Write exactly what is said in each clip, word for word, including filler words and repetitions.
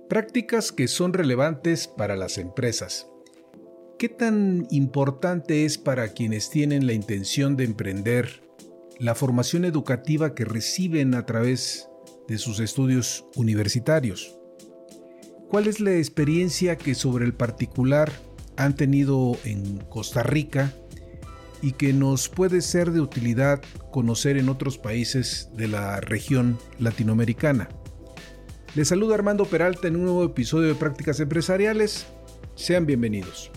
Prácticas que son relevantes para las empresas. ¿Qué tan importante es para quienes tienen la intención de emprender la formación educativa que reciben a través de sus estudios universitarios? ¿Cuál es la experiencia que sobre el particular han tenido en Costa Rica y que nos puede ser de utilidad conocer en otros países de la región latinoamericana? Les saluda Armando Peralta en un nuevo episodio de Prácticas Empresariales. Sean bienvenidos.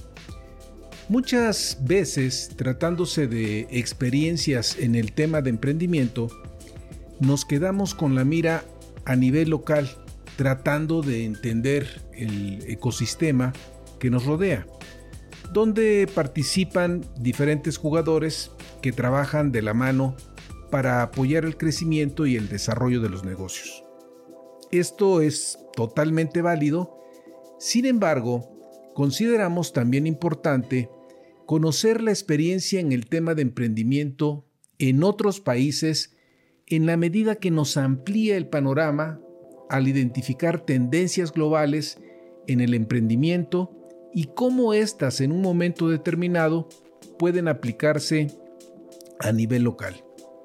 Muchas veces, tratándose de experiencias en el tema de emprendimiento, nos quedamos con la mira a nivel local, tratando de entender el ecosistema que nos rodea, donde participan diferentes jugadores que trabajan de la mano para apoyar el crecimiento y el desarrollo de los negocios. Esto es totalmente válido. Sin embargo, consideramos también importante conocer la experiencia en el tema de emprendimiento en otros países en la medida que nos amplía el panorama al identificar tendencias globales en el emprendimiento y cómo éstas en un momento determinado pueden aplicarse a nivel local.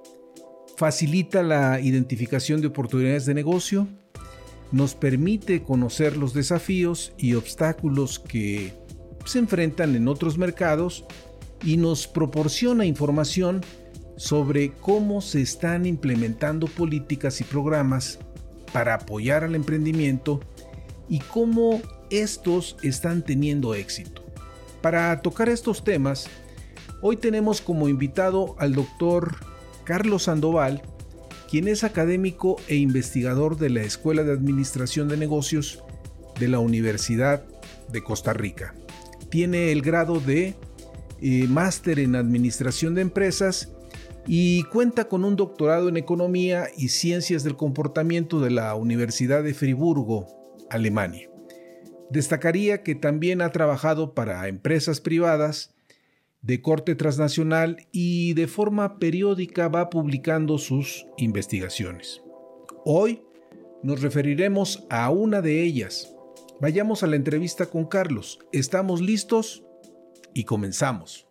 Facilita la identificación de oportunidades de negocio, nos permite conocer los desafíos y obstáculos que se enfrentan en otros mercados y nos proporciona información sobre cómo se están implementando políticas y programas para apoyar al emprendimiento y cómo estos están teniendo éxito. Para tocar estos temas, hoy tenemos como invitado al doctor Carlos Sandoval, quien es académico e investigador de la Escuela de Administración de Negocios de la Universidad de Costa Rica. Tiene el grado de eh, máster en Administración de Empresas y cuenta con un doctorado en Economía y Ciencias del Comportamiento de la Universidad de Friburgo, Alemania. Destacaría que también ha trabajado para empresas privadas de corte transnacional y de forma periódica va publicando sus investigaciones. Hoy nos referiremos a una de ellas. Vayamos a la entrevista con Carlos. ¿Estamos listos? Y comenzamos.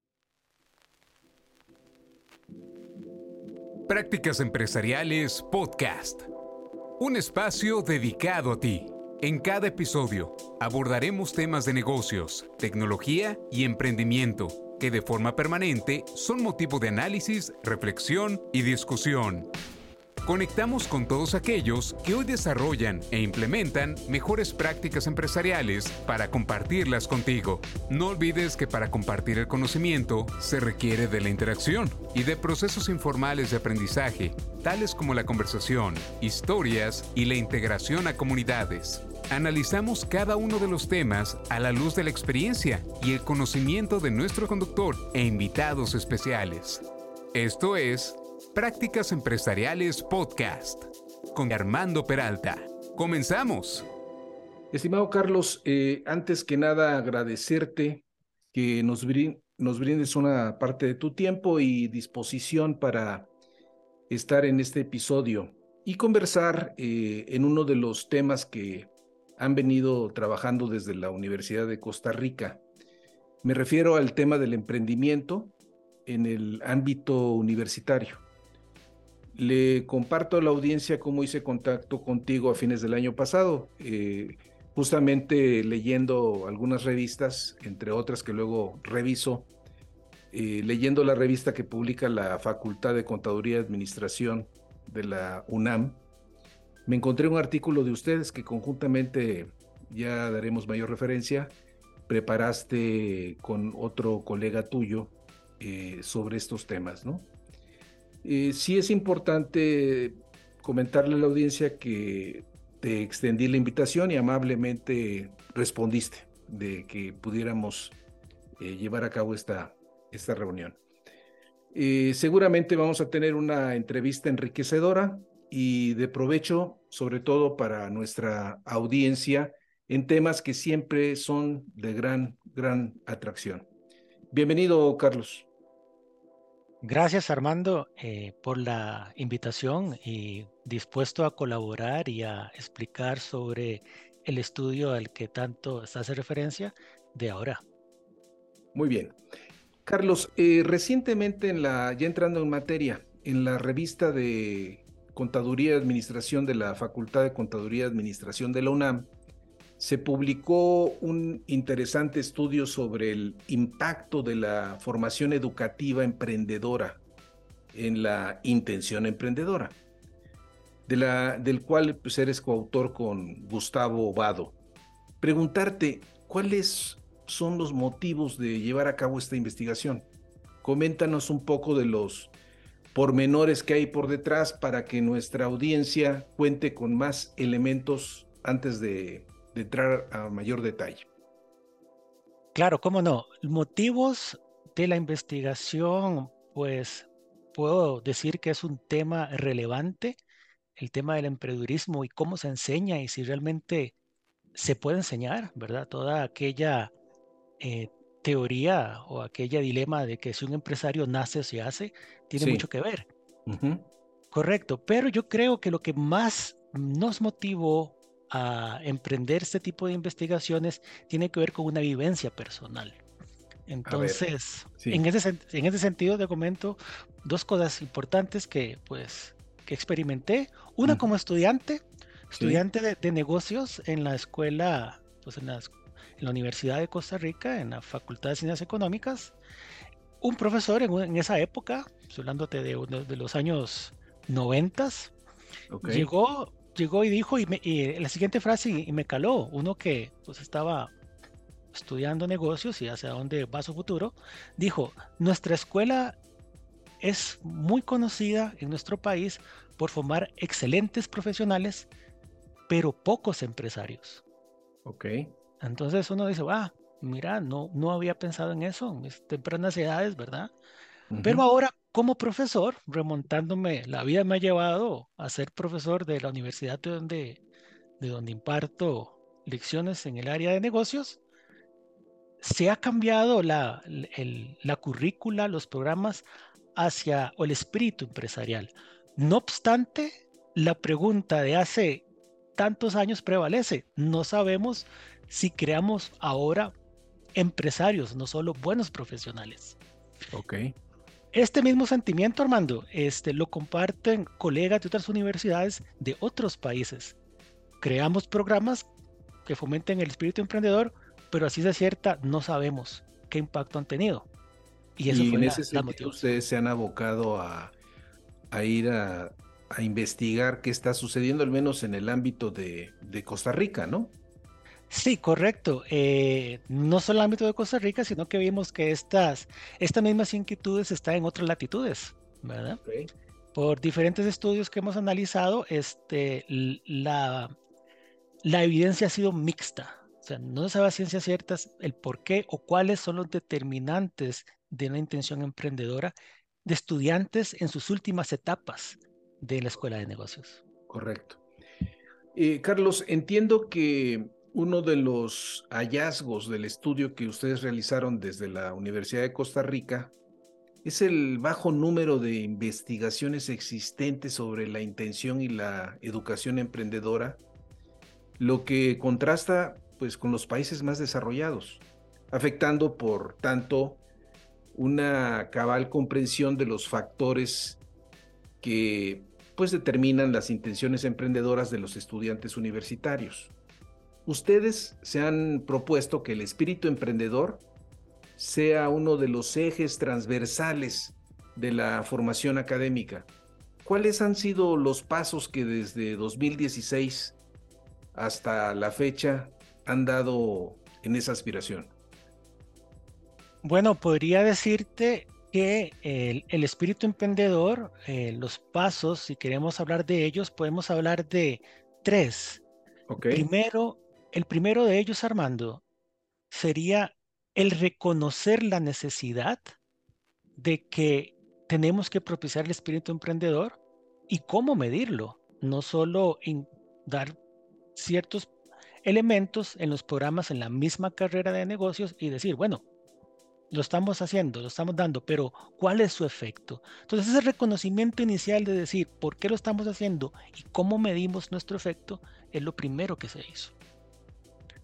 Prácticas Empresariales Podcast. Un espacio dedicado a ti. En cada episodio abordaremos temas de negocios, tecnología y emprendimiento que de forma permanente son motivo de análisis, reflexión y discusión. Conectamos con todos aquellos que hoy desarrollan e implementan mejores prácticas empresariales para compartirlas contigo. No olvides que para compartir el conocimiento se requiere de la interacción y de procesos informales de aprendizaje, tales como la conversación, historias y la integración a comunidades. Analizamos cada uno de los temas a la luz de la experiencia y el conocimiento de nuestro conductor e invitados especiales. Esto es Prácticas Empresariales Podcast con Armando Peralta. ¡Comenzamos! Estimado Carlos, eh, antes que nada agradecerte que nos, brin- nos brindes una parte de tu tiempo y disposición para estar en este episodio y conversar eh, en uno de los temas que han venido trabajando desde la Universidad de Costa Rica. Me refiero al tema del emprendimiento en el ámbito universitario. Le comparto a la audiencia cómo hice contacto contigo a fines del año pasado, eh, justamente leyendo algunas revistas, entre otras que luego reviso, eh, leyendo la revista que publica la Facultad de Contaduría y Administración de la UNAM. Me encontré un artículo de ustedes que conjuntamente, ya daremos mayor referencia, preparaste con otro colega tuyo eh, sobre estos temas, ¿no? Eh, sí es importante comentarle a la audiencia que te extendí la invitación y amablemente respondiste de que pudiéramos eh, llevar a cabo esta, esta reunión. Eh, seguramente vamos a tener una entrevista enriquecedora y de provecho, sobre todo para nuestra audiencia, en temas que siempre son de gran, gran atracción. Bienvenido, Carlos. Gracias, Armando, eh, por la invitación y dispuesto a colaborar y a explicar sobre el estudio al que tanto se hace referencia de ahora. Muy bien. Carlos, eh, recientemente, en la, ya entrando en materia, en la revista de Contaduría y Administración de la Facultad de Contaduría y Administración de la UNAM, se publicó un interesante estudio sobre el impacto de la formación educativa emprendedora en la intención emprendedora, de la, del cual pues, eres coautor con Gustavo Vado. Preguntarte, ¿cuáles son los motivos de llevar a cabo esta investigación? Coméntanos un poco de los pormenores que hay por detrás para que nuestra audiencia cuente con más elementos antes de, de entrar a mayor detalle. Claro, cómo no. Motivos de la investigación, pues puedo decir que es un tema relevante, el tema del emprendedurismo y cómo se enseña y si realmente se puede enseñar, ¿verdad? Toda aquella eh, teoría o aquella dilema de que si un empresario nace o se hace, tiene Sí. mucho que ver. Uh-huh. Correcto, pero yo creo que lo que más nos motivó a emprender este tipo de investigaciones tiene que ver con una vivencia personal. A ver, Entonces, sí. en ese, sen- en ese sentido te comento dos cosas importantes que, pues, que experimenté. Una Uh-huh. como estudiante, Sí. estudiante de, de negocios en la escuela, pues en la, es- en la Universidad de Costa Rica, en la Facultad de Ciencias Económicas. Un profesor en, un- en esa época, estoy hablándote de, uno de los años noventas, Ok. llegó, llegó y dijo, y, me- y la siguiente frase, y, y me caló, uno que pues estaba estudiando negocios y hacia dónde va su futuro, dijo, nuestra escuela es muy conocida en nuestro país por formar excelentes profesionales, pero pocos empresarios. Ok. Entonces uno dice, ah, mira, no, no había pensado en eso en mis tempranas edades, ¿verdad? Pero Uh-huh. ahora, como profesor, remontándome, la vida me ha llevado a ser profesor de la universidad de donde, de donde imparto lecciones en el área de negocios. Se ha cambiado la, el- la currícula, los programas hacia o el espíritu empresarial. No obstante, la pregunta de hace tantos años prevalece. No sabemos si creamos ahora empresarios, no solo buenos profesionales. Ok. Este mismo sentimiento, Armando, este, lo comparten colegas de otras universidades de otros países. Creamos programas que fomenten el espíritu emprendedor, pero así de cierta no sabemos qué impacto han tenido. Y eso Y fue en la, ese la sentido, motivación. ustedes se han abocado a, a ir a, a investigar qué está sucediendo, al menos en el ámbito de, de Costa Rica, ¿no? Sí, correcto. Eh, no solo en el ámbito de Costa Rica, sino que vimos que estas, estas mismas inquietudes están en otras latitudes, ¿verdad? Ok. Por diferentes estudios que hemos analizado, este, l- la, la evidencia ha sido mixta. O sea, no se sabe a ciencia cierta el por qué o cuáles son los determinantes de una intención emprendedora de estudiantes en sus últimas etapas de la escuela de negocios. Correcto. Eh, Carlos, entiendo que uno de los hallazgos del estudio que ustedes realizaron desde la Universidad de Costa Rica es el bajo número de investigaciones existentes sobre la intención y la educación emprendedora, lo que contrasta pues con los países más desarrollados, afectando por tanto una cabal comprensión de los factores que pues determinan las intenciones emprendedoras de los estudiantes universitarios. Ustedes se han propuesto que el espíritu emprendedor sea uno de los ejes transversales de la formación académica. ¿Cuáles han sido los pasos que desde dos mil dieciséis hasta la fecha han dado en esa aspiración? Bueno, podría decirte que el, el espíritu emprendedor, eh, los pasos, si queremos hablar de ellos, podemos hablar de tres. Ok. Primero, el primero de ellos, Armando, sería el reconocer la necesidad de que tenemos que propiciar el espíritu emprendedor y cómo medirlo, no solo en dar ciertos elementos en los programas en la misma carrera de negocios y decir, bueno, lo estamos haciendo, lo estamos dando, pero ¿cuál es su efecto? Entonces, ese reconocimiento inicial de decir por qué lo estamos haciendo y cómo medimos nuestro efecto es lo primero que se hizo.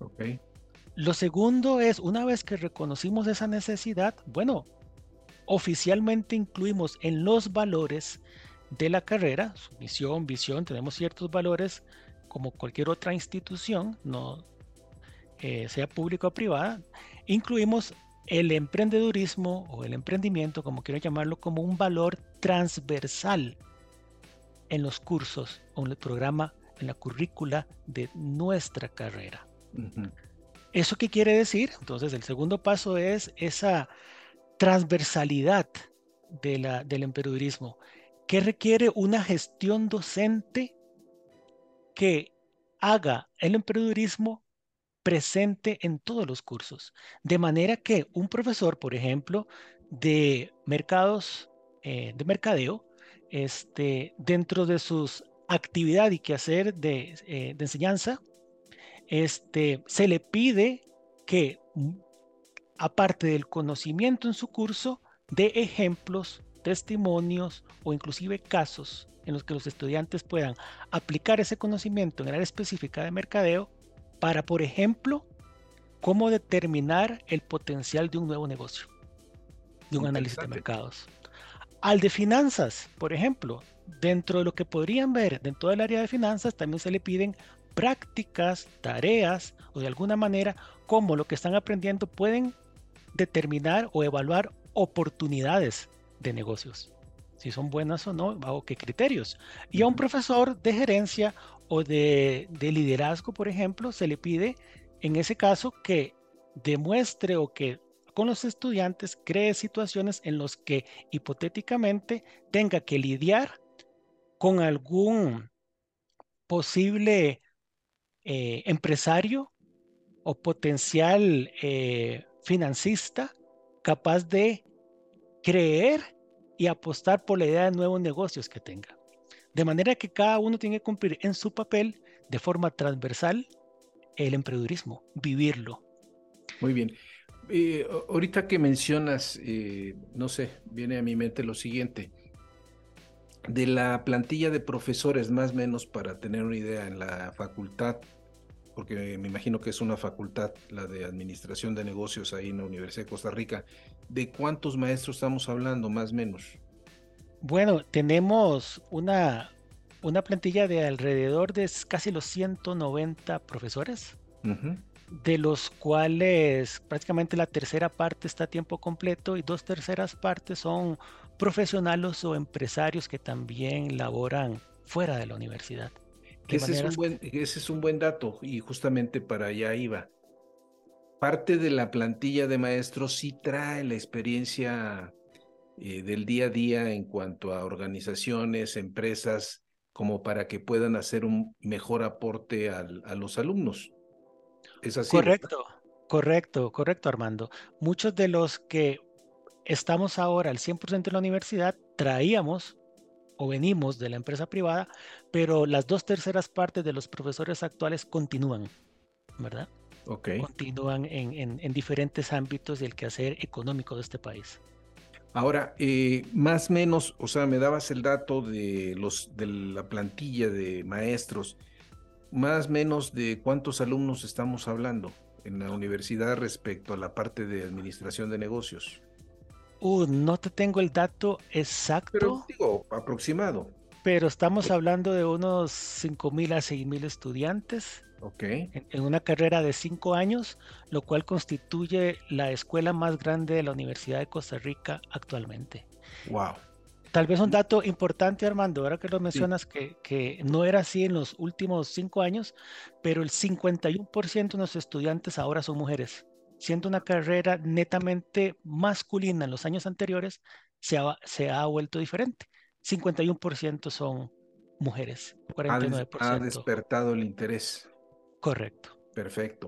Ok. Lo segundo es, una vez que reconocimos esa necesidad, bueno, oficialmente incluimos en los valores de la carrera, su misión, visión, tenemos ciertos valores como cualquier otra institución, no eh, sea pública o privada, incluimos el emprendedurismo o el emprendimiento, como quiero llamarlo, como un valor transversal en los cursos o en el programa, en la currícula de nuestra carrera. Uh-huh. ¿Eso qué quiere decir? Entonces, el segundo paso es esa transversalidad de la, del emprendedurismo, que requiere una gestión docente que haga el emprendedurismo presente en todos los cursos. De manera que un profesor, por ejemplo, de mercados, eh, de mercadeo, este, dentro de sus actividad y quehacer de, eh, de enseñanza, este, se le pide que, aparte del conocimiento en su curso, dé ejemplos, testimonios o inclusive casos en los que los estudiantes puedan aplicar ese conocimiento en el área específica de mercadeo para, por ejemplo, cómo determinar el potencial de un nuevo negocio, de un análisis de mercados. Al de finanzas, por ejemplo, dentro de lo que podrían ver dentro del área de finanzas, también se le piden prácticas, tareas o de alguna manera cómo lo que están aprendiendo pueden determinar o evaluar oportunidades de negocios, si son buenas o no, bajo qué criterios. Y a un profesor de gerencia o de, de liderazgo, por ejemplo, se le pide en ese caso que demuestre o que con los estudiantes cree situaciones en las que hipotéticamente tenga que lidiar con algún posible eh, empresario o potencial eh, financista capaz de creer y apostar por la idea de nuevos negocios que tenga. De manera que cada uno tiene que cumplir en su papel de forma transversal el emprendedurismo, vivirlo. Muy bien. Eh, ahorita que mencionas, eh, no sé, viene a mi mente lo siguiente. De la plantilla de profesores, más o menos para tener una idea en la facultad, porque me imagino que es una facultad, la de Administración de Negocios ahí en la Universidad de Costa Rica, ¿de cuántos maestros estamos hablando, más o menos? Bueno, tenemos una, una plantilla de alrededor de casi los ciento noventa profesores, Uh-huh. de los cuales prácticamente la tercera parte está a tiempo completo y dos terceras partes son profesionales o empresarios que también laboran fuera de la universidad. Que De ese es un maneras, buen, ese es un buen dato y justamente para allá iba. Parte de la plantilla de maestros sí trae la experiencia eh, del día a día en cuanto a organizaciones, empresas, como para que puedan hacer un mejor aporte al, a los alumnos. Es así, ¿verdad? correcto, correcto, correcto, Armando. Muchos de los que estamos ahora al cien por ciento en la universidad traíamos o venimos de la empresa privada, pero las dos terceras partes de los profesores actuales continúan, ¿verdad? Ok. Continúan en, en, en diferentes ámbitos del quehacer económico de este país. Ahora, eh, más o menos, o sea, me dabas el dato de los de la plantilla de maestros, más o menos de cuántos alumnos estamos hablando en la universidad respecto a la parte de administración de negocios. Uh, no te tengo el dato Pero exacto, digo, aproximado. pero estamos hablando de unos cinco mil a seis mil estudiantes Ok. en, en una carrera de cinco años, lo cual constituye la escuela más grande de la Universidad de Costa Rica actualmente. Wow. Tal vez un dato importante, Armando, ahora que lo Sí. mencionas, que, que no era así en los últimos cinco años, pero el cincuenta y uno por ciento de nuestros estudiantes ahora son mujeres. Siendo una carrera netamente masculina en los años anteriores, se ha, se ha vuelto diferente. cincuenta y uno por ciento son mujeres, Ha, des- ha cuarenta y nueve por ciento. despertado el interés. Correcto. Perfecto.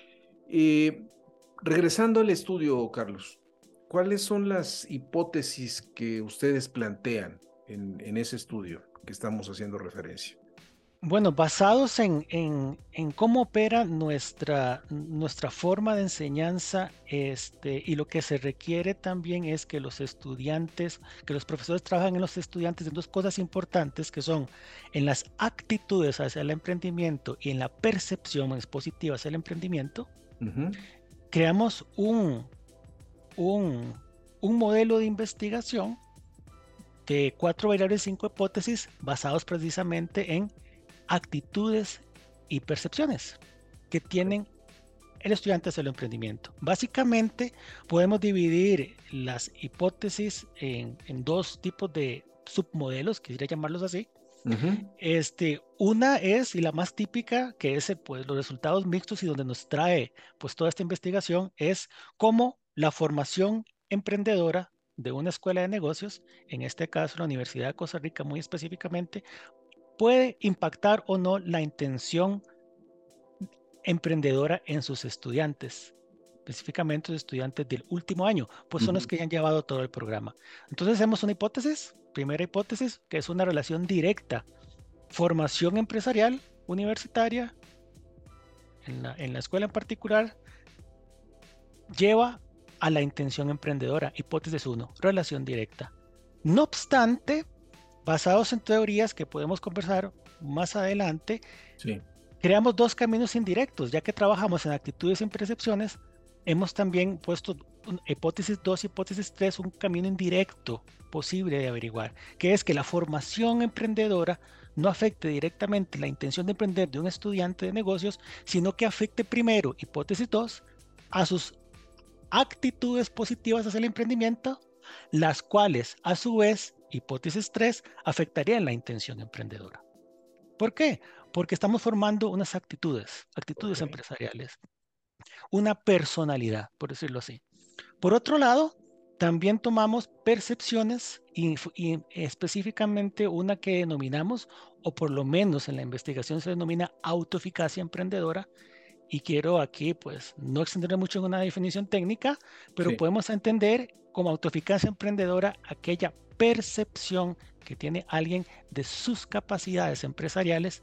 Y regresando al estudio, Carlos, ¿cuáles son las hipótesis que ustedes plantean en, en ese estudio que estamos haciendo referencia? Bueno, basados en, en, en cómo opera nuestra, nuestra forma de enseñanza, este, y lo que se requiere también es que los estudiantes, que los profesores trabajan en los estudiantes en dos cosas importantes que son en las actitudes hacia el emprendimiento y en la percepción expositiva hacia el emprendimiento. Uh-huh. Creamos un, un, un modelo de investigación de cuatro variables, cinco hipótesis basados precisamente en actitudes y percepciones que tienen el estudiante hacia el emprendimiento. Básicamente podemos dividir las hipótesis en, en dos tipos de submodelos, quisiera llamarlos así. Uh-huh. Este, una es, y la más típica, que es pues, los resultados mixtos y donde nos trae pues, toda esta investigación, es cómo la formación emprendedora de una escuela de negocios, en este caso la Universidad de Costa Rica muy específicamente, puede impactar o no la intención emprendedora en sus estudiantes, específicamente los estudiantes del último año, pues son uh-huh. los que ya han llevado todo el programa. Entonces hacemos una hipótesis, primera hipótesis, que es una relación directa, formación empresarial universitaria, en la, en la escuela en particular, lleva a la intención emprendedora, hipótesis uno, relación directa. No obstante, basados en teorías que podemos conversar más adelante, sí. creamos dos caminos indirectos, ya que trabajamos en actitudes y percepciones, hemos también puesto hipótesis dos, hipótesis tres, un camino indirecto posible de averiguar, que es que la formación emprendedora no afecte directamente la intención de emprender de un estudiante de negocios, sino que afecte primero, hipótesis dos, a sus actitudes positivas hacia el emprendimiento, las cuales a su vez, hipótesis tres, afectarían la intención emprendedora. ¿Por qué? Porque estamos formando unas actitudes, actitudes okay. empresariales, una personalidad, por decirlo así. Por otro lado, también tomamos percepciones y, y específicamente una que denominamos, o por lo menos en la investigación se denomina autoeficacia emprendedora, y quiero aquí pues no extenderme mucho en una definición técnica, pero sí. podemos entender como autoeficacia emprendedora aquella percepción que tiene alguien de sus capacidades empresariales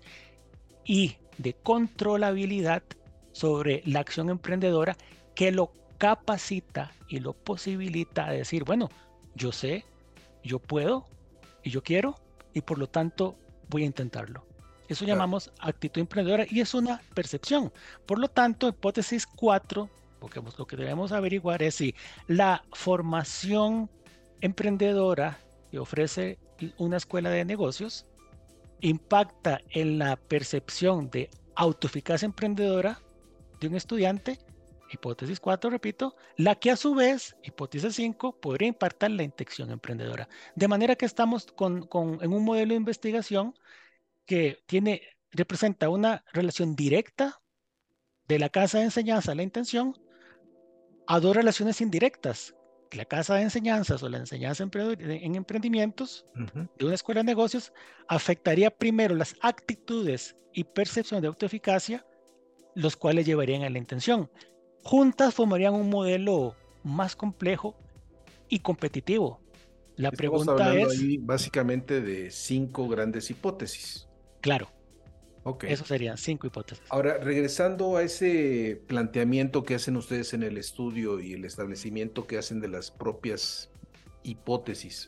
y de controlabilidad sobre la acción emprendedora que lo capacita y lo posibilita a decir, bueno, yo sé, yo puedo y yo quiero y por lo tanto voy a intentarlo. Eso claro. llamamos actitud emprendedora y es una percepción. Por lo tanto, hipótesis cuatro, porque lo que debemos averiguar es si la formación emprendedora que ofrece una escuela de negocios impacta en la percepción de autoeficacia emprendedora de un estudiante, hipótesis cuatro, repito, la que a su vez, hipótesis cinco, podría impactar la intención emprendedora. De manera que estamos con, con, en un modelo de investigación que tiene, representa una relación directa de la casa de enseñanza a la intención a dos relaciones indirectas. La casa de enseñanzas o la enseñanza en emprendimientos uh-huh. de una escuela de negocios afectaría primero las actitudes y percepción de autoeficacia, los cuales llevarían a la intención. Juntas formarían un modelo más complejo y competitivo. La Estamos pregunta hablando es... ahí básicamente de cinco grandes hipótesis. Claro. Okay. Eso serían cinco hipótesis. Ahora, regresando a ese planteamiento que hacen ustedes en el estudio y el establecimiento que hacen de las propias hipótesis,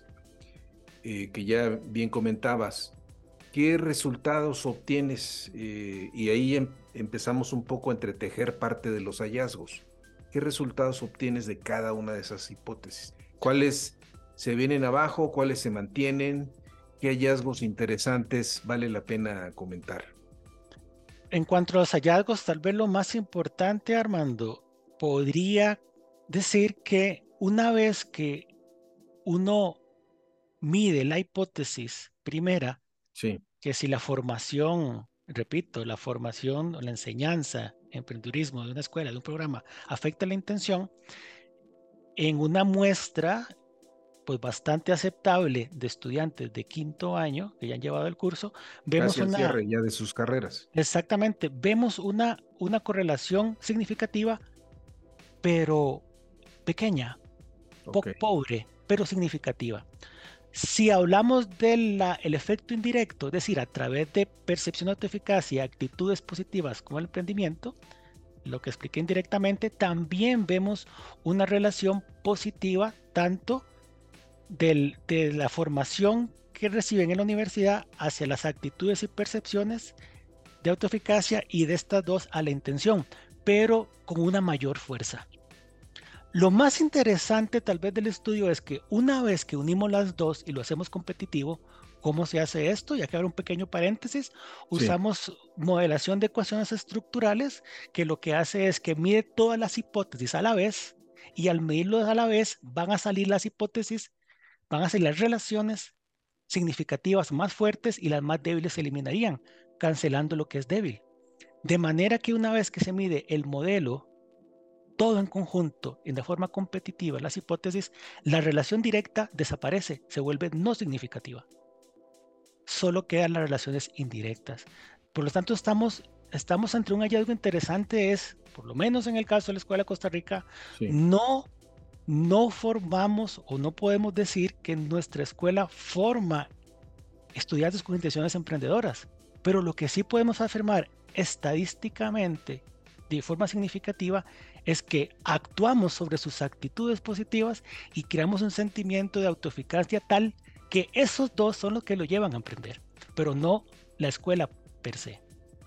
eh, que ya bien comentabas, ¿qué resultados obtienes? Eh, y ahí em- empezamos un poco a entretejer parte de los hallazgos. ¿Qué resultados obtienes de cada una de esas hipótesis? ¿Cuáles se vienen abajo? ¿Cuáles se mantienen? ¿Qué hallazgos interesantes vale la pena comentar? En cuanto a los hallazgos, tal vez lo más importante, Armando, podría decir que una vez que uno mide la hipótesis primera, sí. que si la formación, repito, la formación o la enseñanza, emprendedurismo de una escuela, de un programa, afecta la intención, en una muestra pues bastante aceptable de estudiantes de quinto año que ya han llevado el curso, vemos Casi al una... cierre ya de sus carreras. Exactamente, vemos una, una correlación significativa, pero pequeña, okay. pobre, pero significativa. Si hablamos del efecto indirecto, es decir, a través de percepción de autoeficacia y actitudes positivas como el emprendimiento, lo que expliqué indirectamente, también vemos una relación positiva tanto del, de la formación que reciben en la universidad hacia las actitudes y percepciones de autoeficacia y de estas dos a la intención, pero con una mayor fuerza. Lo más interesante tal vez del estudio es que una vez que unimos las dos y lo hacemos competitivo, ¿cómo se hace esto? Ya que abro un pequeño paréntesis, usamos sí. modelación de ecuaciones estructurales, que lo que hace es que mide todas las hipótesis a la vez, y al medirlos a la vez van a salir las hipótesis, van a salir las relaciones significativas más fuertes y las más débiles se eliminarían, cancelando lo que es débil. De manera que una vez que se mide el modelo, todo en conjunto, en de forma competitiva, las hipótesis, la relación directa desaparece, se vuelve no significativa. Solo quedan las relaciones indirectas. Por lo tanto, estamos, estamos ante un hallazgo interesante, es, por lo menos en el caso de la Escuela de Costa Rica, sí. no, no formamos o no podemos decir que nuestra escuela forma estudiantes con intenciones emprendedoras, pero lo que sí podemos afirmar estadísticamente de forma significativa es que actuamos sobre sus actitudes positivas y creamos un sentimiento de autoeficacia tal que esos dos son los que lo llevan a emprender, pero no la escuela per se.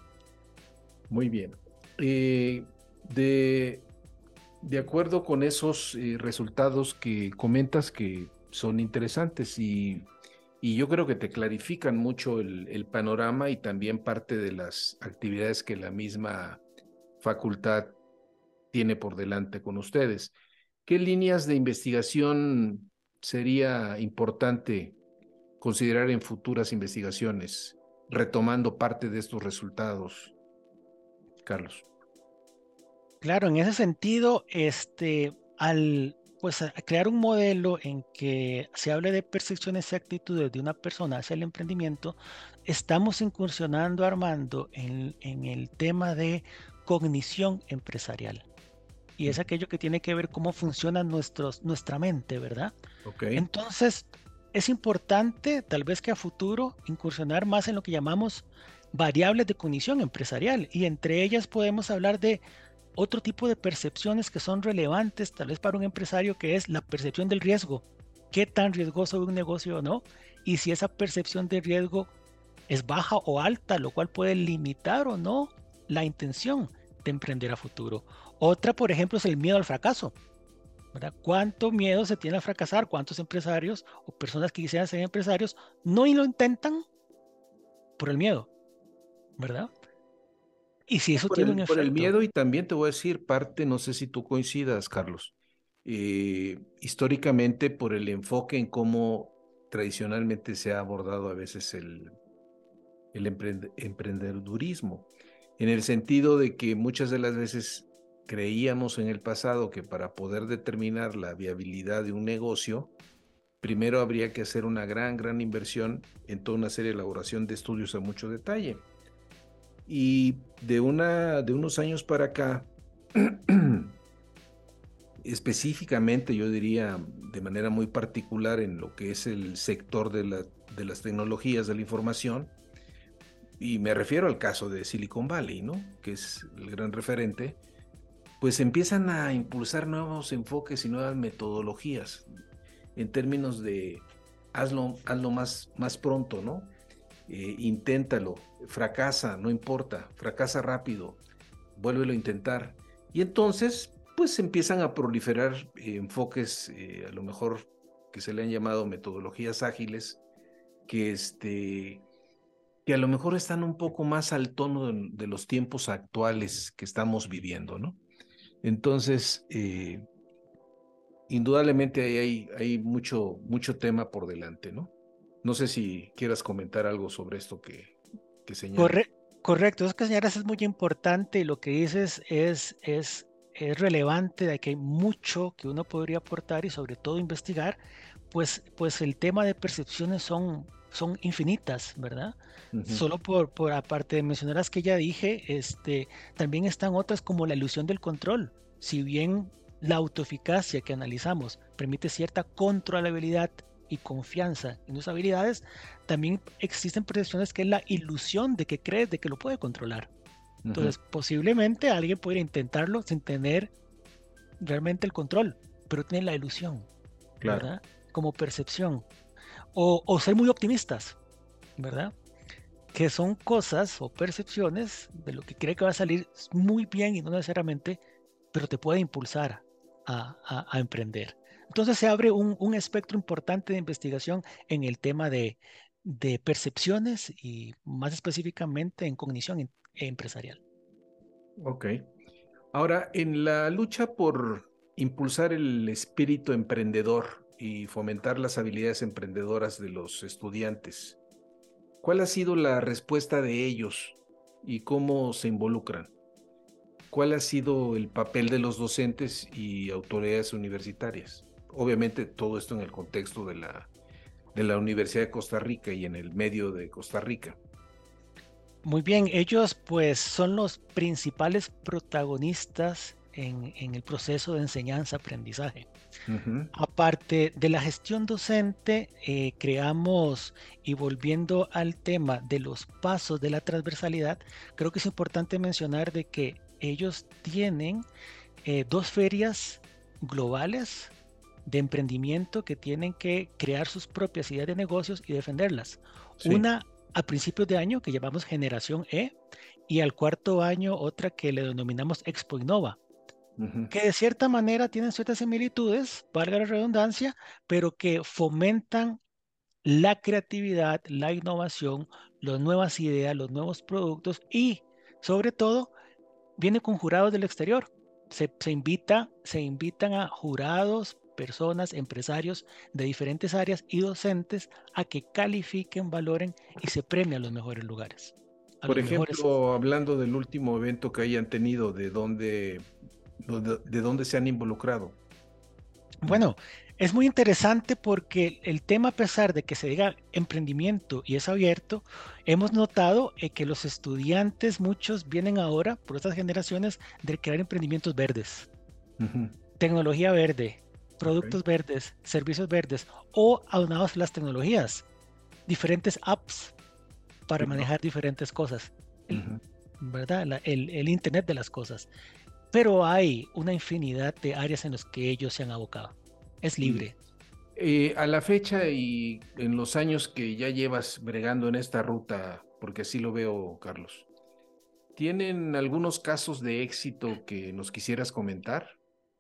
Muy bien. Eh, de, de acuerdo con esos eh, resultados que comentas que son interesantes y, y yo creo que te clarifican mucho el, el panorama y también parte de las actividades que la misma facultad tiene por delante con ustedes. ¿Qué líneas de investigación sería importante considerar en futuras investigaciones, retomando parte de estos resultados, Carlos? Claro, en ese sentido, este, al pues, a crear un modelo en que se hable de percepciones y actitudes de una persona hacia el emprendimiento, estamos incursionando, Armando, en, en el tema de cognición empresarial. Y es aquello que tiene que ver cómo funciona nuestros, nuestra mente, ¿verdad? Okay. Entonces, es importante, tal vez que a futuro, incursionar más en lo que llamamos variables de cognición empresarial. Y entre ellas podemos hablar de otro tipo de percepciones que son relevantes, tal vez para un empresario, que es la percepción del riesgo. ¿Qué tan riesgoso es un negocio o no? Y si esa percepción de riesgo es baja o alta, lo cual puede limitar o no la intención de emprender a futuro. Otra, por ejemplo, es el miedo al fracaso, ¿verdad? ¿Cuánto miedo se tiene a fracasar? ¿Cuántos empresarios o personas que quisieran ser empresarios no y lo intentan por el miedo, ¿verdad? Y si eso por tiene el, un por efecto. el miedo, y también te voy a decir parte, no sé si tú coincidas, Carlos, eh, históricamente por el enfoque en cómo tradicionalmente se ha abordado a veces el, el emprend- emprendedurismo, en el sentido de que muchas de las veces creíamos en el pasado que para poder determinar la viabilidad de un negocio, primero habría que hacer una gran, gran inversión en toda una serie de elaboración de estudios a mucho detalle. Y de, una, de unos años para acá, específicamente yo diría de manera muy particular en lo que es el sector de, la, de las tecnologías de la información, y me refiero al caso de Silicon Valley, ¿no? Que es el gran referente, pues empiezan a impulsar nuevos enfoques y nuevas metodologías en términos de hazlo, hazlo más, más pronto, ¿no? Eh, inténtalo, fracasa, no importa, fracasa rápido, vuélvelo a intentar. Y entonces, pues empiezan a proliferar eh, enfoques, eh, a lo mejor que se le han llamado metodologías ágiles, que, este, que a lo mejor están un poco más al tono de, de los tiempos actuales que estamos viviendo, ¿no? Entonces, eh, indudablemente hay, hay, hay mucho, mucho tema por delante, ¿no? No sé si quieras comentar algo sobre esto que, que señala. Corre, correcto, eso que señalas es muy importante y lo que dices es, es, es relevante, de que hay mucho que uno podría aportar y sobre todo investigar, pues, pues el tema de percepciones son, son infinitas, ¿verdad? Uh-huh. Solo por, por aparte de mencionar las que ya dije, este, también están otras como la ilusión del control. Si bien la autoeficacia que analizamos permite cierta controlabilidad y confianza en tus habilidades, también existen percepciones que es la ilusión de que crees de que lo puede controlar. Entonces, uh-huh. posiblemente alguien pudiera intentarlo sin tener realmente el control, pero tiene la ilusión, claro. ¿verdad? Como percepción. O, o ser muy optimistas, ¿verdad? Que son cosas o percepciones de lo que cree que va a salir muy bien y no necesariamente, pero te puede impulsar a, a, a emprender. Entonces se abre un, un espectro importante de investigación en el tema de, de percepciones y más específicamente en cognición em, empresarial. Ok. Ahora, en la lucha por impulsar el espíritu emprendedor y fomentar las habilidades emprendedoras de los estudiantes, ¿cuál ha sido la respuesta de ellos y cómo se involucran? ¿Cuál ha sido el papel de los docentes y autoridades universitarias? Obviamente todo esto en el contexto de la, de la Universidad de Costa Rica y en el medio de Costa Rica. Muy bien, ellos pues son los principales protagonistas en, en el proceso de enseñanza-aprendizaje. Uh-huh. Aparte de la gestión docente, eh, creamos, y volviendo al tema de los pasos de la transversalidad, creo que es importante mencionar de que ellos tienen eh, dos ferias globales de emprendimiento que tienen que crear sus propias ideas de negocios y defenderlas. Sí. Una a principios de año que llamamos Generación E y al cuarto año otra que le denominamos Expo Innova, uh-huh. que de cierta manera tienen ciertas similitudes, valga la redundancia, pero que fomentan la creatividad, la innovación, las nuevas ideas, los nuevos productos y sobre todo viene con jurados del exterior. Se, se, invita, se invitan a jurados, personas, empresarios de diferentes áreas y docentes a que califiquen, valoren y se premien a los mejores lugares. Por ejemplo, mejores... hablando del último evento que hayan tenido, ¿de dónde, de, de dónde se han involucrado? Bueno, es muy interesante porque el tema, a pesar de que se diga emprendimiento y es abierto, hemos notado eh, que los estudiantes, muchos vienen ahora, por estas generaciones, de crear emprendimientos verdes, uh-huh. tecnología verde, productos okay. verdes, servicios verdes o aunados a las tecnologías, diferentes apps para sí, manejar no. diferentes cosas, uh-huh. ¿verdad? La, el, el Internet de las cosas. Pero hay una infinidad de áreas en las que ellos se han abocado. Es libre. Eh, a la fecha y en los años que ya llevas bregando en esta ruta, porque así lo veo, Carlos, ¿tienen algunos casos de éxito que nos quisieras comentar?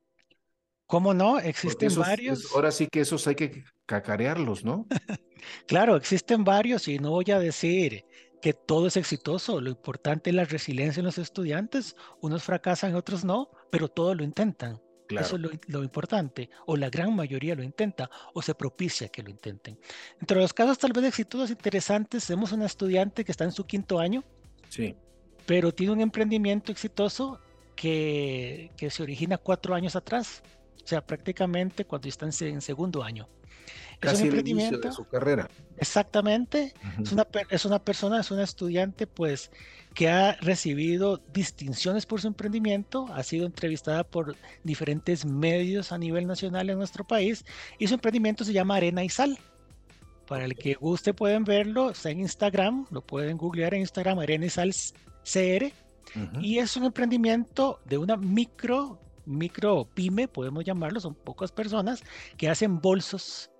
¿Cómo no? Existen esos, varios. Es, ahora sí que esos hay que cacarearlos, ¿no? Claro, existen varios y no voy a decir que todo es exitoso. Lo importante es la resiliencia en los estudiantes. Unos fracasan, otros no, pero todos lo intentan. Claro. Eso es lo, lo importante. O la gran mayoría lo intenta o se propicia que lo intenten. Entre los casos tal vez exitosos interesantes, tenemos una estudiante que está en su quinto año. Sí. Pero tiene un emprendimiento exitoso que, que se origina cuatro años atrás. O sea, prácticamente cuando está en segundo año. Casi es un el inicio de su carrera. Exactamente. Uh-huh. Es una, es una persona, es una estudiante pues que ha recibido distinciones por su emprendimiento, ha sido entrevistada por diferentes medios a nivel nacional en nuestro país y su emprendimiento se llama Arena y Sal. Para el que guste pueden verlo, está en Instagram, lo pueden googlear en Instagram, Arena y Sal C R. Uh-huh. Y es un emprendimiento de una micro, micro pyme, podemos llamarlo, son pocas personas que hacen bolsos,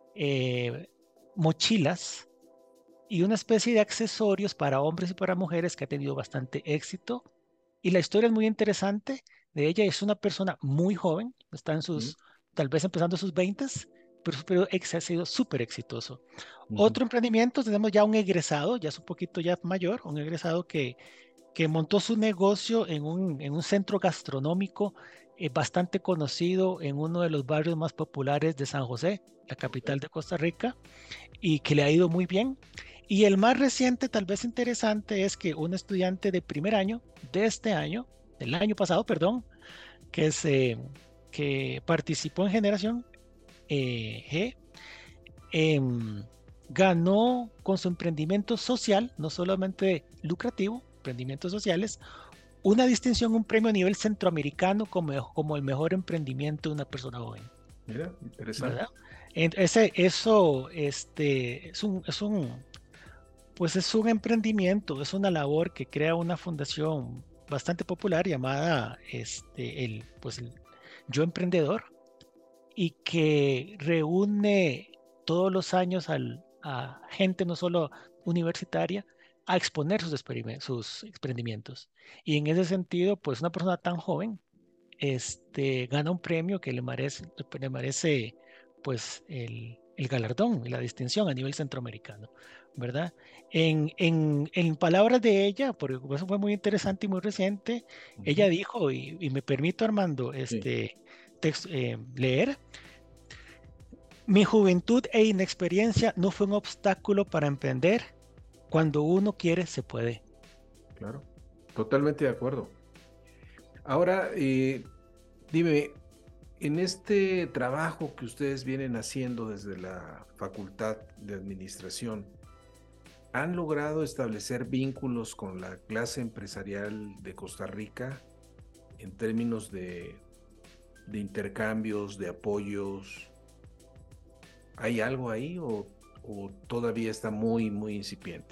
Eh, mochilas y una especie de accesorios para hombres y para mujeres que ha tenido bastante éxito. Y la historia es muy interesante de ella. Es una persona muy joven, está en sus, uh-huh. tal vez empezando sus veintes, pero, pero ha sido súper exitoso. Uh-huh. Otro emprendimiento, tenemos ya un egresado, ya es un poquito ya mayor, un egresado que, que montó su negocio en un, en un centro gastronómico eh, bastante conocido en uno de los barrios más populares de San José, la capital de Costa Rica, y que le ha ido muy bien. Y el más reciente, tal vez interesante, es que un estudiante de primer año, de este año, del año pasado, perdón, que, se, que participó en Generación eh, G, eh, ganó con su emprendimiento social, no solamente lucrativo, emprendimientos sociales, una distinción, un premio a nivel centroamericano como, como el mejor emprendimiento de una persona joven. Mira, interesante. ¿Verdad? ese, eso este, es un, es un, pues es un emprendimiento, es una labor que crea una fundación bastante popular llamada este, el, pues el Yo Emprendedor, y que reúne todos los años al, a gente no solo universitaria a exponer sus, sus emprendimientos. Y en ese sentido, pues una persona tan joven este, gana un premio que le merece, le merece pues el, el galardón y la distinción a nivel centroamericano, ¿verdad? En, en, en palabras de ella, porque eso fue muy interesante y muy reciente, ella Ujú. dijo, y, y me permito, Armando, Sí, este, text- eh, leer: mi juventud e inexperiencia no fue un obstáculo para emprender. Cuando uno quiere, se puede. claro. Totalmente de acuerdo. Ahora, eh, dime, en este trabajo que ustedes vienen haciendo desde la Facultad de Administración, ¿han logrado establecer vínculos con la clase empresarial de Costa Rica en términos de, de intercambios, de apoyos? ¿Hay algo ahí o, o todavía está muy, muy incipiente?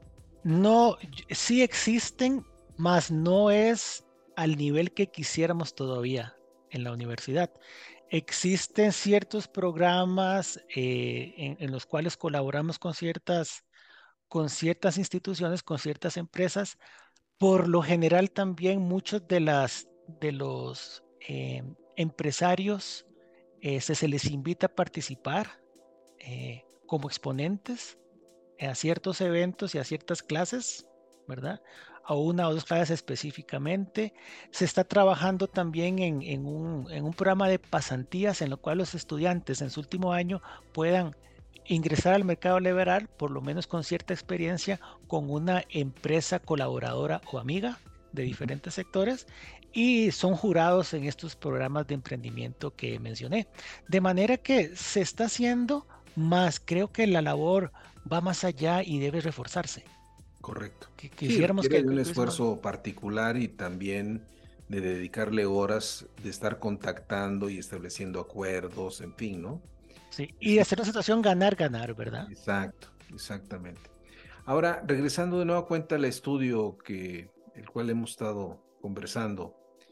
No, y- sí existen, mas no es al nivel que quisiéramos todavía en la universidad. Existen ciertos programas eh, en, en los cuales colaboramos con ciertas, con ciertas instituciones, con ciertas empresas. Por lo general también muchos de las de los eh, empresarios eh, se, se les invita a participar eh, como exponentes a ciertos eventos y a ciertas clases, ¿verdad? A una o dos clases específicamente. Se está trabajando también en, en un, en un programa de pasantías en lo cual los estudiantes en su último año puedan ingresar al mercado laboral, por lo menos con cierta experiencia, con una empresa colaboradora o amiga de Ujú. diferentes sectores, y son jurados en estos programas de emprendimiento que mencioné. De manera que se está haciendo más, creo que la labor va más allá y debe reforzarse. Correcto. Que Sí, quisiéramos requiere que, de un que tuviese más. esfuerzo particular y también de dedicarle horas, de estar contactando y estableciendo acuerdos, en fin, ¿no? Sí, y Eso, hacer una situación ganar-ganar, ¿verdad? exacto, exactamente. Ahora, regresando de nueva cuenta al estudio que, el cual hemos estado conversando,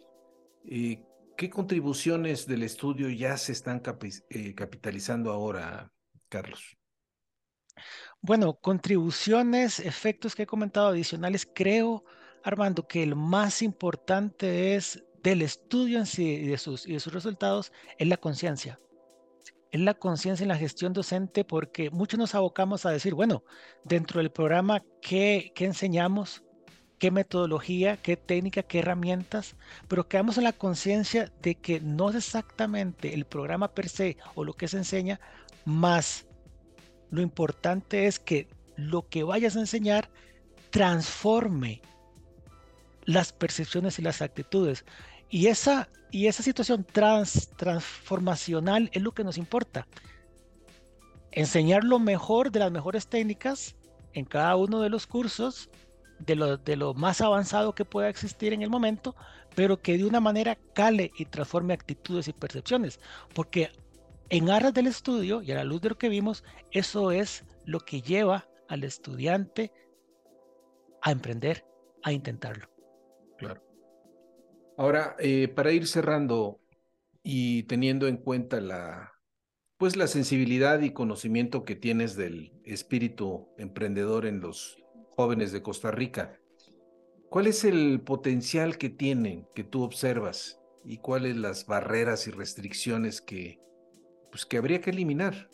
eh, ¿qué contribuciones del estudio ya se están capi- eh, capitalizando ahora, Carlos? Bueno, contribuciones, efectos que he comentado adicionales, creo, Armando, que el más importante es del estudio en sí y de sus, y de sus resultados, es la conciencia. Es la conciencia en la gestión docente, porque muchos nos abocamos a decir, bueno, dentro del programa, ¿qué, qué enseñamos? ¿Qué metodología, qué técnica, qué herramientas? Pero quedamos en la conciencia de que no es exactamente el programa per se o lo que se enseña, más lo importante es que lo que vayas a enseñar transforme las percepciones y las actitudes. Y esa, y esa situación trans, transformacional es lo que nos importa. Enseñar lo mejor de las mejores técnicas en cada uno de los cursos, de lo, de lo más avanzado que pueda existir en el momento, pero que de una manera cale y transforme actitudes y percepciones. Porque en aras del estudio y a la luz de lo que vimos, eso es lo que lleva al estudiante a emprender, a intentarlo. Claro. Ahora, eh, para ir cerrando y teniendo en cuenta la, pues la sensibilidad y conocimiento que tienes del espíritu emprendedor en los jóvenes de Costa Rica, ¿cuál es el potencial que tienen, que tú observas, y cuáles las barreras y restricciones que, pues, que habría que eliminar?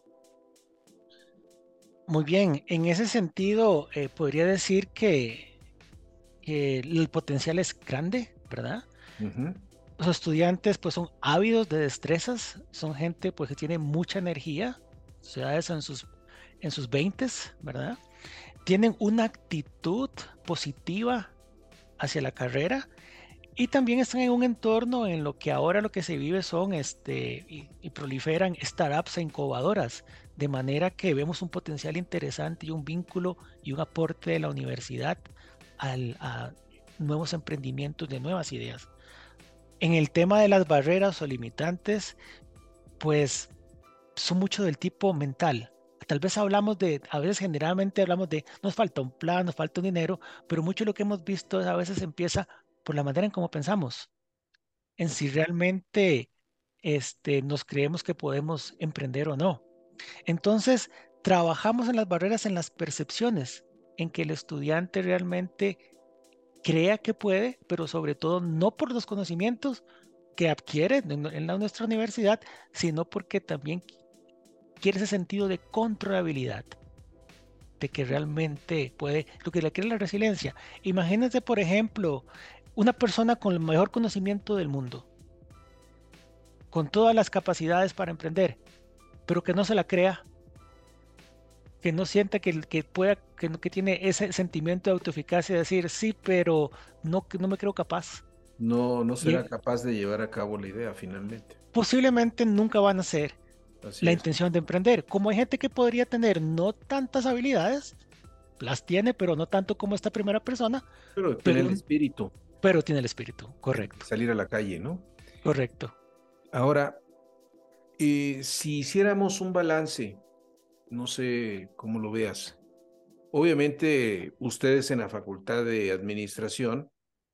Muy bien, en ese sentido, eh, podría decir que, que el potencial es grande, ¿verdad? Ujú. Los estudiantes pues son ávidos de destrezas, son gente pues que tiene mucha energía, o sea, eso en sus, en sus veintes, ¿verdad? Tienen una actitud positiva hacia la carrera, y también están en un entorno en lo que ahora lo que se vive son este, y, y proliferan startups e incubadoras, de manera que vemos un potencial interesante y un vínculo y un aporte de la universidad al, a nuevos emprendimientos de nuevas ideas. En el tema de las barreras o limitantes, pues son mucho del tipo mental. Tal vez hablamos de, a veces generalmente hablamos de, nos falta un plan, nos falta un dinero, pero mucho de lo que hemos visto a veces empieza por la manera en cómo pensamos, en si realmente este, nos creemos que podemos emprender o no. Entonces, trabajamos en las barreras, en las percepciones, en que el estudiante realmente crea que puede, pero sobre todo no por los conocimientos que adquiere en, en la- nuestra universidad, sino porque también quiere ese sentido de controlabilidad, de que realmente puede, lo que le quiere la resiliencia. Imagínense, por ejemplo, una persona con el mayor conocimiento del mundo, con todas las capacidades para emprender, pero que no se la crea, que no sienta que, que pueda, que, no- que tiene ese sentimiento de autoeficacia de decir, sí, pero no, que no me creo capaz. No, no Y será eh, capaz de llevar a cabo la idea finalmente. posiblemente nunca van a ser Así la es. intención de emprender. Como hay gente que podría tener no tantas habilidades, las tiene, pero no tanto como esta primera persona, Pero tiene el pero, espíritu pero tiene el espíritu. de Correcto, salir a la calle, ¿no? correcto. Ahora, eh, si hiciéramos un balance, no sé cómo lo veas. Obviamente, ustedes en la Facultad de Administración,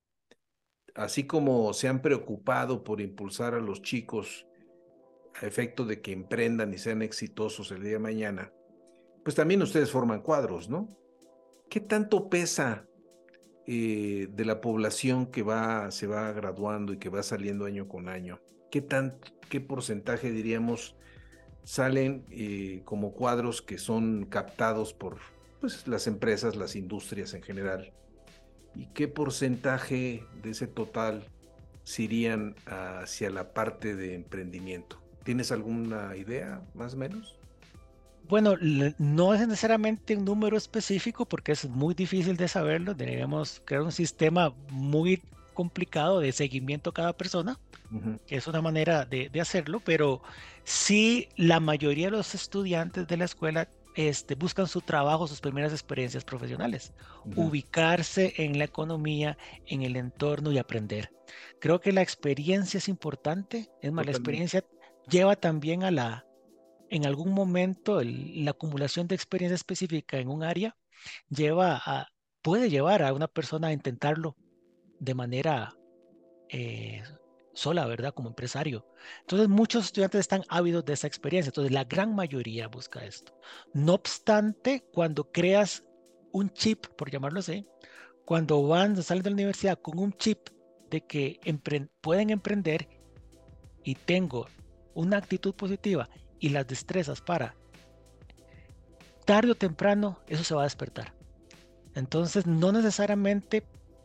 así como se han preocupado por impulsar a los chicos a efecto de que emprendan y sean exitosos el día de mañana, pues también ustedes forman cuadros, ¿no? ¿Qué tanto pesa eh, de la población que va, se va graduando y que va saliendo año con año? ¿Qué tan, qué porcentaje diríamos salen eh, como cuadros que son captados por pues, las empresas, las industrias en general? ¿Y qué porcentaje de ese total se irían hacia la parte de emprendimiento? ¿Tienes alguna idea, más o menos? Bueno, le- no es necesariamente un número específico porque es muy difícil de saberlo. Deberíamos crear un sistema muy complicado de seguimiento a cada persona, Ujú, que es una manera de, de hacerlo, pero sí la mayoría de los estudiantes de la escuela este, buscan su trabajo, sus primeras experiencias profesionales, ujú. ubicarse en la economía, en el entorno y aprender. Creo que la experiencia es importante, es más, la Totalmente. experiencia lleva también a la en algún momento el- la acumulación de experiencia específica en un área lleva a, puede llevar a una persona a intentarlo de manera eh, sola, ¿verdad? Como empresario. Entonces, muchos estudiantes están ávidos de esa experiencia. Entonces, la gran mayoría busca esto. No obstante, cuando creas un chip, por llamarlo así, cuando van, salen de la universidad con un chip de que empre- pueden emprender y tengo una actitud positiva y las destrezas para tarde o temprano eso se va a despertar. Entonces, no necesariamente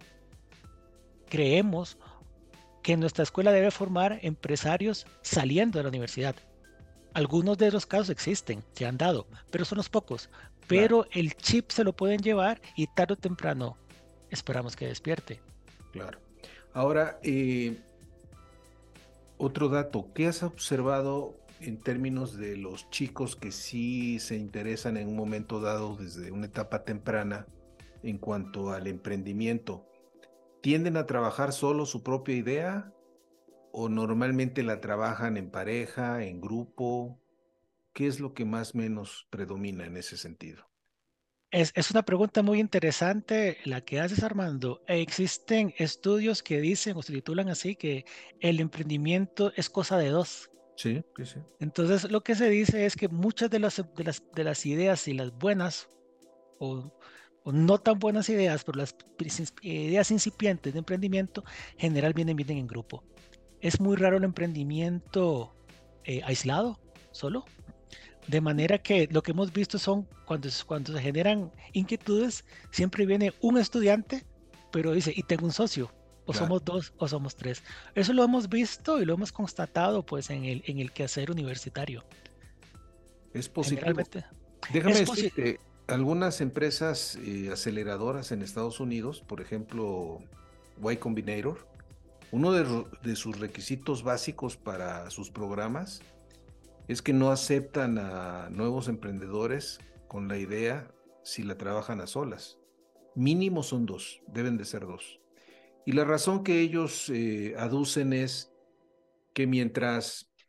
creemos que nuestra escuela debe formar empresarios saliendo de la universidad. Algunos de esos casos existen, se han dado, pero son los pocos. Claro, Pero el chip se lo pueden llevar y tarde o temprano esperamos que despierte. claro. Ahora, eh, otro dato, ¿qué has observado en términos de los chicos que sí se interesan en un momento dado desde una etapa temprana en cuanto al emprendimiento? ¿Tienden a trabajar solo su propia idea o normalmente la trabajan en pareja, en grupo? ¿Qué es lo que más o menos predomina en ese sentido? Es, es una pregunta muy interesante la que haces, Armando. Existen estudios que dicen o se titulan así que el emprendimiento es cosa de dos. Sí, sí, sí. Entonces, lo que se dice es que muchas de las, de las, de las ideas y las buenas o, o no tan buenas ideas, pero las pris- ideas incipientes de emprendimiento, general vienen, vienen en grupo. Es muy raro el emprendimiento eh, aislado, solo. De manera que lo que hemos visto son cuando, es- cuando se generan inquietudes, siempre viene un estudiante, pero dice, y tengo un socio, o Claro, somos dos o somos tres. Eso lo hemos visto y lo hemos constatado pues en el, en el quehacer universitario. es positivo. Generalmente Déjame es posible. decirte, algunas empresas eh, aceleradoras en Estados Unidos, por ejemplo, Y Combinator, uno de, ro- de sus requisitos básicos para sus programas es que no aceptan a nuevos emprendedores con la idea si la trabajan a solas. Mínimo son dos, deben de ser dos. Y la razón que ellos eh, aducen es que mientras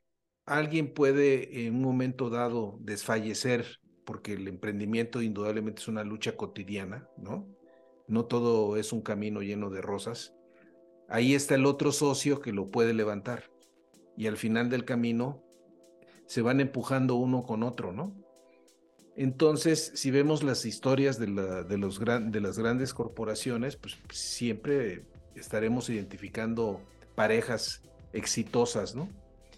alguien puede en un momento dado desfallecer, porque el emprendimiento indudablemente es una lucha cotidiana, ¿no? No todo es un camino lleno de rosas. Ahí está el otro socio que lo puede levantar. Y al final del camino se van empujando uno con otro, ¿no? Entonces, si vemos las historias de, la, de, los gran, de las grandes corporaciones, pues siempre estaremos identificando parejas exitosas, ¿no?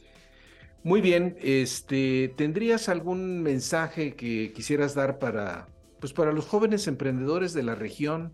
Muy bien, este, ¿tendrías algún mensaje que quisieras dar para, pues para los jóvenes emprendedores de la región,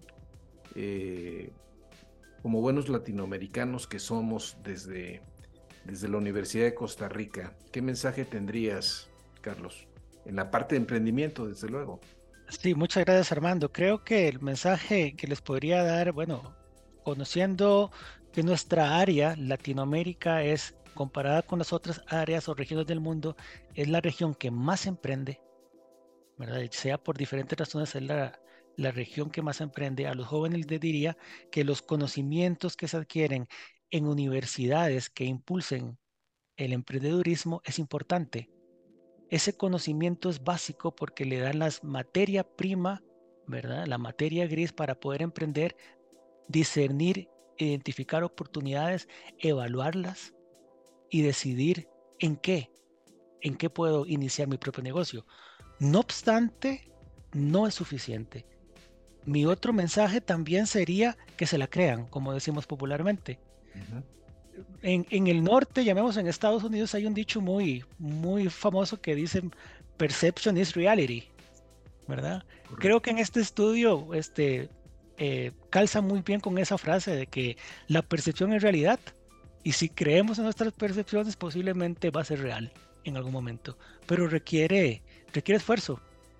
eh, como buenos latinoamericanos que somos desde, desde la Universidad de Costa Rica? ¿Qué mensaje tendrías, Carlos? En la parte de emprendimiento, desde luego. Sí, muchas gracias, Armando. Creo que el mensaje que les podría dar, bueno, conociendo que nuestra área, Latinoamérica, es comparada con las otras áreas o regiones del mundo, es la región que más emprende, ¿verdad? Sea por diferentes razones, es la, la región que más emprende. A los jóvenes les diría que los conocimientos que se adquieren en universidades que impulsen el emprendedurismo es importante. Ese conocimiento es básico porque le dan la materia prima, ¿verdad? La materia gris para poder emprender, discernir, identificar oportunidades, evaluarlas y decidir en qué, en qué puedo iniciar mi propio negocio. No obstante, no es suficiente. Mi otro mensaje también sería que se la crean, como decimos popularmente. Uh-huh. En, en el norte, llamemos en Estados Unidos, hay un dicho muy, muy famoso que dice perception is reality, ¿verdad? Correcto. Creo que en este estudio este, eh, calza muy bien con esa frase de que la percepción es realidad, y si creemos en nuestras percepciones posiblemente va a ser real en algún momento, pero requiere, requiere esfuerzo.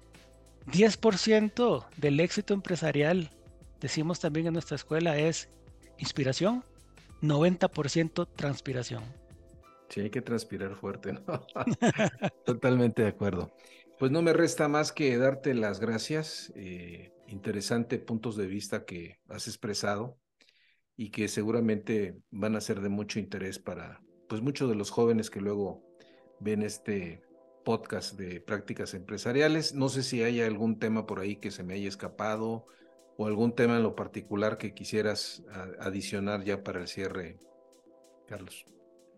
diez por ciento del éxito empresarial, decimos también en nuestra escuela, es inspiración, noventa por ciento transpiración. Sí, hay que transpirar fuerte, ¿no? Totalmente de acuerdo. Pues no me resta más que darte las gracias. Eh, interesante puntos de vista que has expresado y que seguramente van a ser de mucho interés para pues muchos de los jóvenes que luego ven este podcast de prácticas empresariales. No sé si hay algún tema por ahí que se me haya escapado o algún tema en lo particular que quisieras adicionar ya para el cierre, Carlos.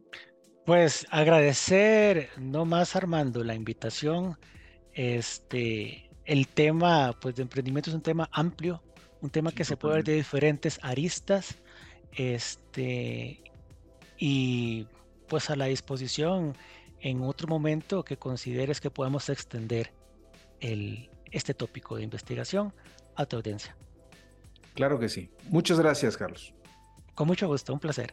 Pues agradecer no más, Armando, la invitación. Este, el tema pues, de emprendimiento es un tema amplio, un tema sí, que se puede ver de diferentes aristas, este, y pues a la disposición en otro momento que consideres que podemos extender el, este tópico de investigación a tu audiencia. Claro que sí. Muchas gracias, Carlos. Con mucho gusto, un placer.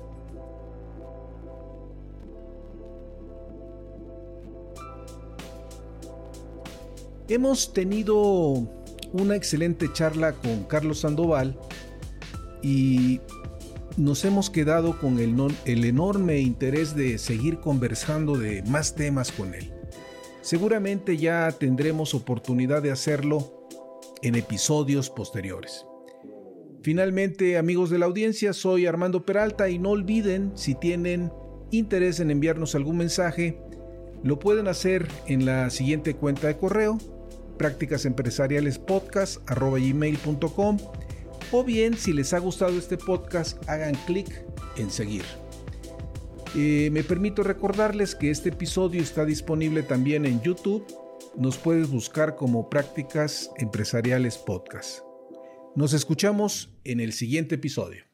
Hemos tenido una excelente charla con Carlos Sandoval y nos hemos quedado con el, non, el enorme interés de seguir conversando de más temas con él. Seguramente ya tendremos oportunidad de hacerlo en episodios posteriores. Finalmente, amigos de la audiencia, soy Armando Peralta y no olviden, si tienen interés en enviarnos algún mensaje, lo pueden hacer en la siguiente cuenta de correo, prácticasempresarialespodcast arroba gmail punto com, o bien, si les ha gustado este podcast, hagan clic en seguir. Eh, me permito recordarles que este episodio está disponible también en YouTube. Nos puedes buscar como Prácticas Empresariales Podcast. Nos escuchamos en el siguiente episodio.